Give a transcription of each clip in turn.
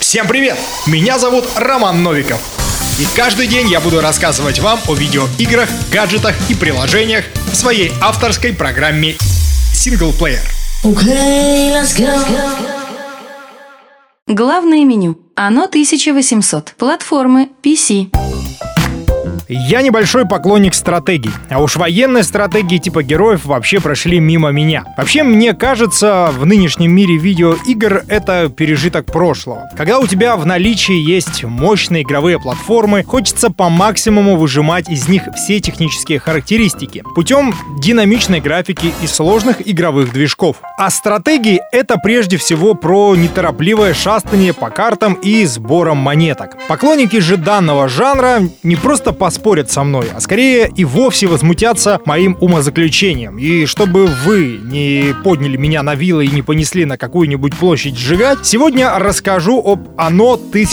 Всем привет! Меня зовут Роман Новиков. И каждый день я буду рассказывать вам о видеоиграх, гаджетах и приложениях в своей авторской программе «Синглплеер». Главное меню. Оно 1800. Платформы PC. Я небольшой поклонник стратегий, а уж военные стратегии типа героев вообще прошли мимо меня. Вообще, мне кажется, в нынешнем мире видеоигр это пережиток прошлого. Когда у тебя в наличии есть мощные игровые платформы, хочется по максимуму выжимать из них все технические характеристики путем динамичной графики и сложных игровых движков. А стратегии — это прежде всего про неторопливое шастание по картам и сбором монеток. Поклонники же данного жанра не просто поспорят со мной, а скорее и вовсе возмутятся моим умозаключением. И чтобы вы не подняли меня на вилы и не понесли на какую-нибудь площадь сжигать, сегодня расскажу об Anno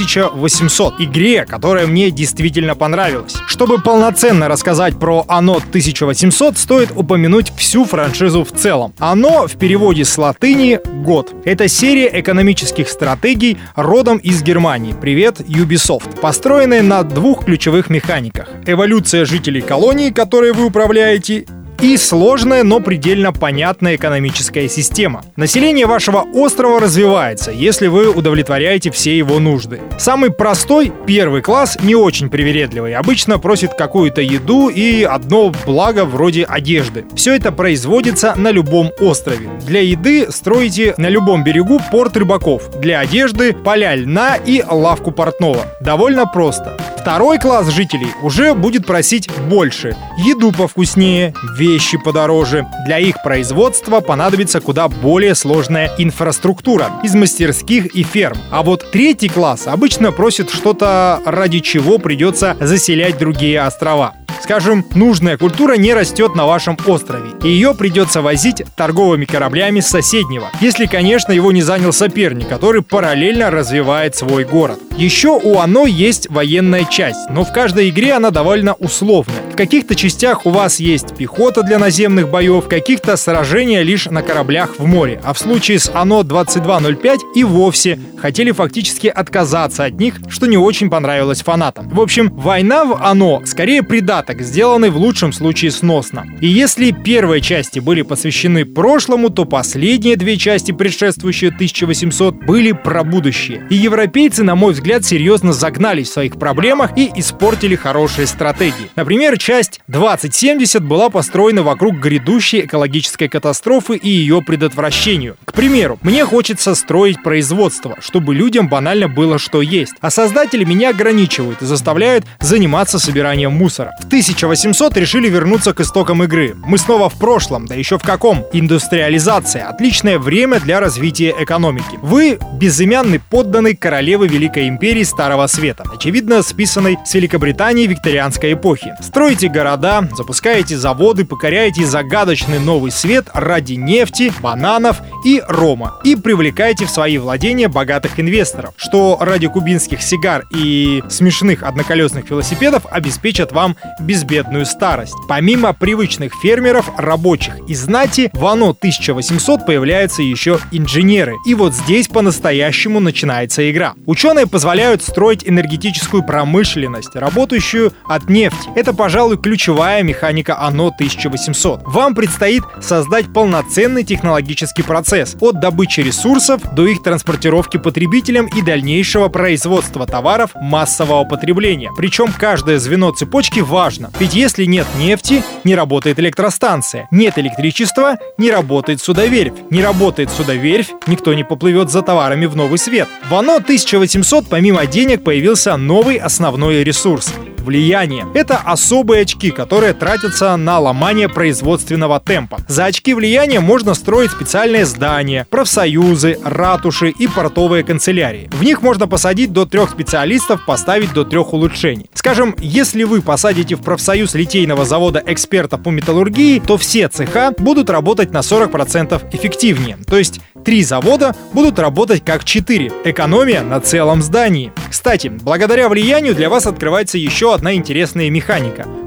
1800, игре, которая мне действительно понравилась. Чтобы полноценно рассказать про Anno 1800, стоит упомянуть всю франшизу в целом. Anno в переводе с латыни «год». Это серия экономических стратегий родом из Германии. Привет, Ubisoft. Построенная на двух ключевых механиках: эволюция жителей колонии, которые вы управляете, и сложная, но предельно понятная экономическая система. Население вашего острова развивается, если вы удовлетворяете все его нужды. Самый простой, первый класс, не очень привередливый, обычно просит какую-то еду и одно благо вроде одежды. Все это производится на любом острове. Для еды строите на любом берегу порт рыбаков, для одежды поля льна и лавку портного. Довольно просто. Второй класс жителей уже будет просить больше: еду повкуснее, вещи подороже. Для их производства понадобится куда более сложная инфраструктура из мастерских и ферм. А вот третий класс обычно просит что-то, ради чего придется заселять другие острова. Скажем, нужная культура не растет на вашем острове, и ее придется возить торговыми кораблями с соседнего, если, конечно, его не занял соперник, который параллельно развивает свой город. Еще у Anno есть военная часть, но в каждой игре она довольно условная. В каких-то частях у вас есть пехота для наземных боев, в каких-то сражения лишь на кораблях в море, а в случае с Anno 2205 и вовсе хотели фактически отказаться от них, что не очень понравилось фанатам. В общем, война в Anno скорее придаток, сделанный в лучшем случае сносно. И если первые части были посвящены прошлому, то последние две части, предшествующие 1800, были про будущее. И европейцы, на мой взгляд, серьезно загнались в своих проблемах и испортили хорошие стратегии. Например, часть 2070 была построена вокруг грядущей экологической катастрофы и ее предотвращению. К примеру, мне хочется строить производство, чтобы людям банально было что есть. А создатели меня ограничивают и заставляют заниматься собиранием мусора. В 1800 решили вернуться к истокам игры. Мы снова в прошлом, да еще в каком? Индустриализация. Отличное время для развития экономики. Вы безымянный подданный королевы Великой Империи Старого Света, очевидно списанной с Великобритании викторианской эпохи. Строите города, запускаете заводы, покоряете загадочный новый свет ради нефти, бананов и рома. И привлекаете в свои владения богатых инвесторов, что ради кубинских сигар и смешных одноколесных велосипедов обеспечат вам безбедную старость. Помимо привычных фермеров, рабочих и знати, в Anno 1800 появляются еще инженеры. И вот здесь по-настоящему начинается игра. Ученые позволяют строить энергетическую промышленность, работающую от нефти. Это, пожалуй, ключевая механика Anno 1800. Вам предстоит создать полноценный технологический процесс от добычи ресурсов до их транспортировки потребителям и дальнейшего производства товаров массового потребления. Причем каждое звено цепочки важно. Ведь если нет нефти, не работает электростанция. Нет электричества, не работает судоверфь. Не работает судоверфь, никто не поплывет за товарами в новый свет. В Anno 1800 помимо денег появился новый основной ресурс — влияние. Это особые очки, которые тратятся на ломание производственного темпа. За очки влияния можно строить специальные здания, профсоюзы, ратуши и портовые канцелярии. В них можно посадить до 3 специалистов, поставить до 3 улучшений. Скажем, если вы посадите в профсоюз литейного завода эксперта по металлургии, то все цеха будут работать на 40% эффективнее. То есть 3 завода будут работать как 4. Экономия на целом здании. Кстати, благодаря влиянию для вас открывается еще одна интересная механика.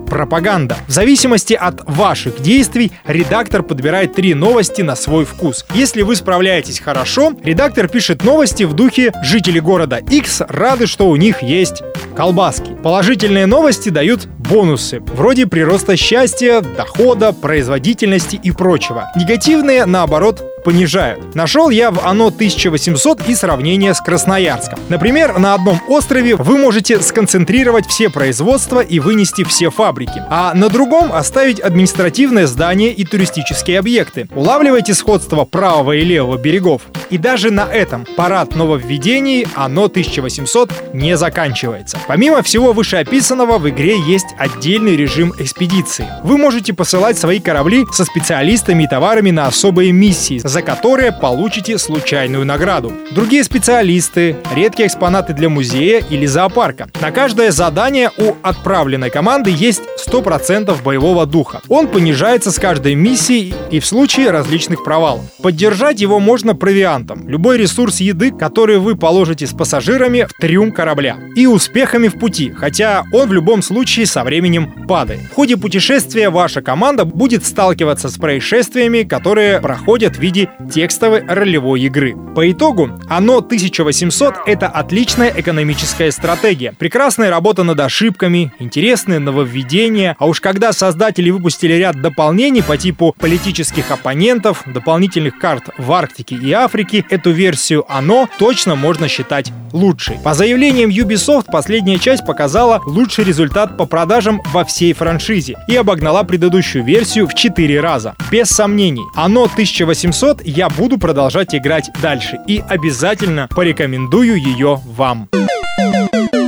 пропаганда. В зависимости от ваших действий редактор подбирает 3 новости на свой вкус. Если вы справляетесь хорошо, редактор пишет новости в духе «Жители города X рады, что у них есть колбаски». Положительные новости дают бонусы, вроде прироста счастья, дохода, производительности и прочего. Негативные, наоборот, понижают. Нашел я в ОНО 1800 и сравнение с Красноярском. Например, на одном острове вы можете сконцентрировать все производства и вынести все фабрики, а на другом оставить административные здания и туристические объекты. Улавливайте сходство правого и левого берегов. И даже на этом парад нововведений ОНО 1800 не заканчивается. Помимо всего вышеописанного, в игре есть отдельный режим экспедиции. Вы можете посылать свои корабли со специалистами и товарами на особые миссии, за которые получите случайную награду. Другие специалисты, редкие экспонаты для музея или зоопарка. На каждое задание у отправленной команды есть 100% боевого духа. Он понижается с каждой миссией и в случае различных провалов. Поддержать его можно провиантом, любой ресурс еды, который вы положите с пассажирами в трюм корабля, и успехами в пути, хотя он в любом случае со временем падает. В ходе путешествия ваша команда будет сталкиваться с происшествиями, которые проходят в виде текстовой ролевой игры. По итогу, ОНО 1800 — это отличная экономическая стратегия, прекрасная работа над ошибками, интересные нововведения, а уж когда создатели выпустили ряд дополнений по типу политических оппонентов, дополнительных карт в Арктике и Африке, эту версию ОНО точно можно считать лучшей. По заявлениям Ubisoft, последняя часть показала лучший результат по продажам во всей франшизе и обогнала предыдущую версию в 4 раза. Без сомнений, ОНО 1800 я буду продолжать играть дальше и обязательно порекомендую ее вам.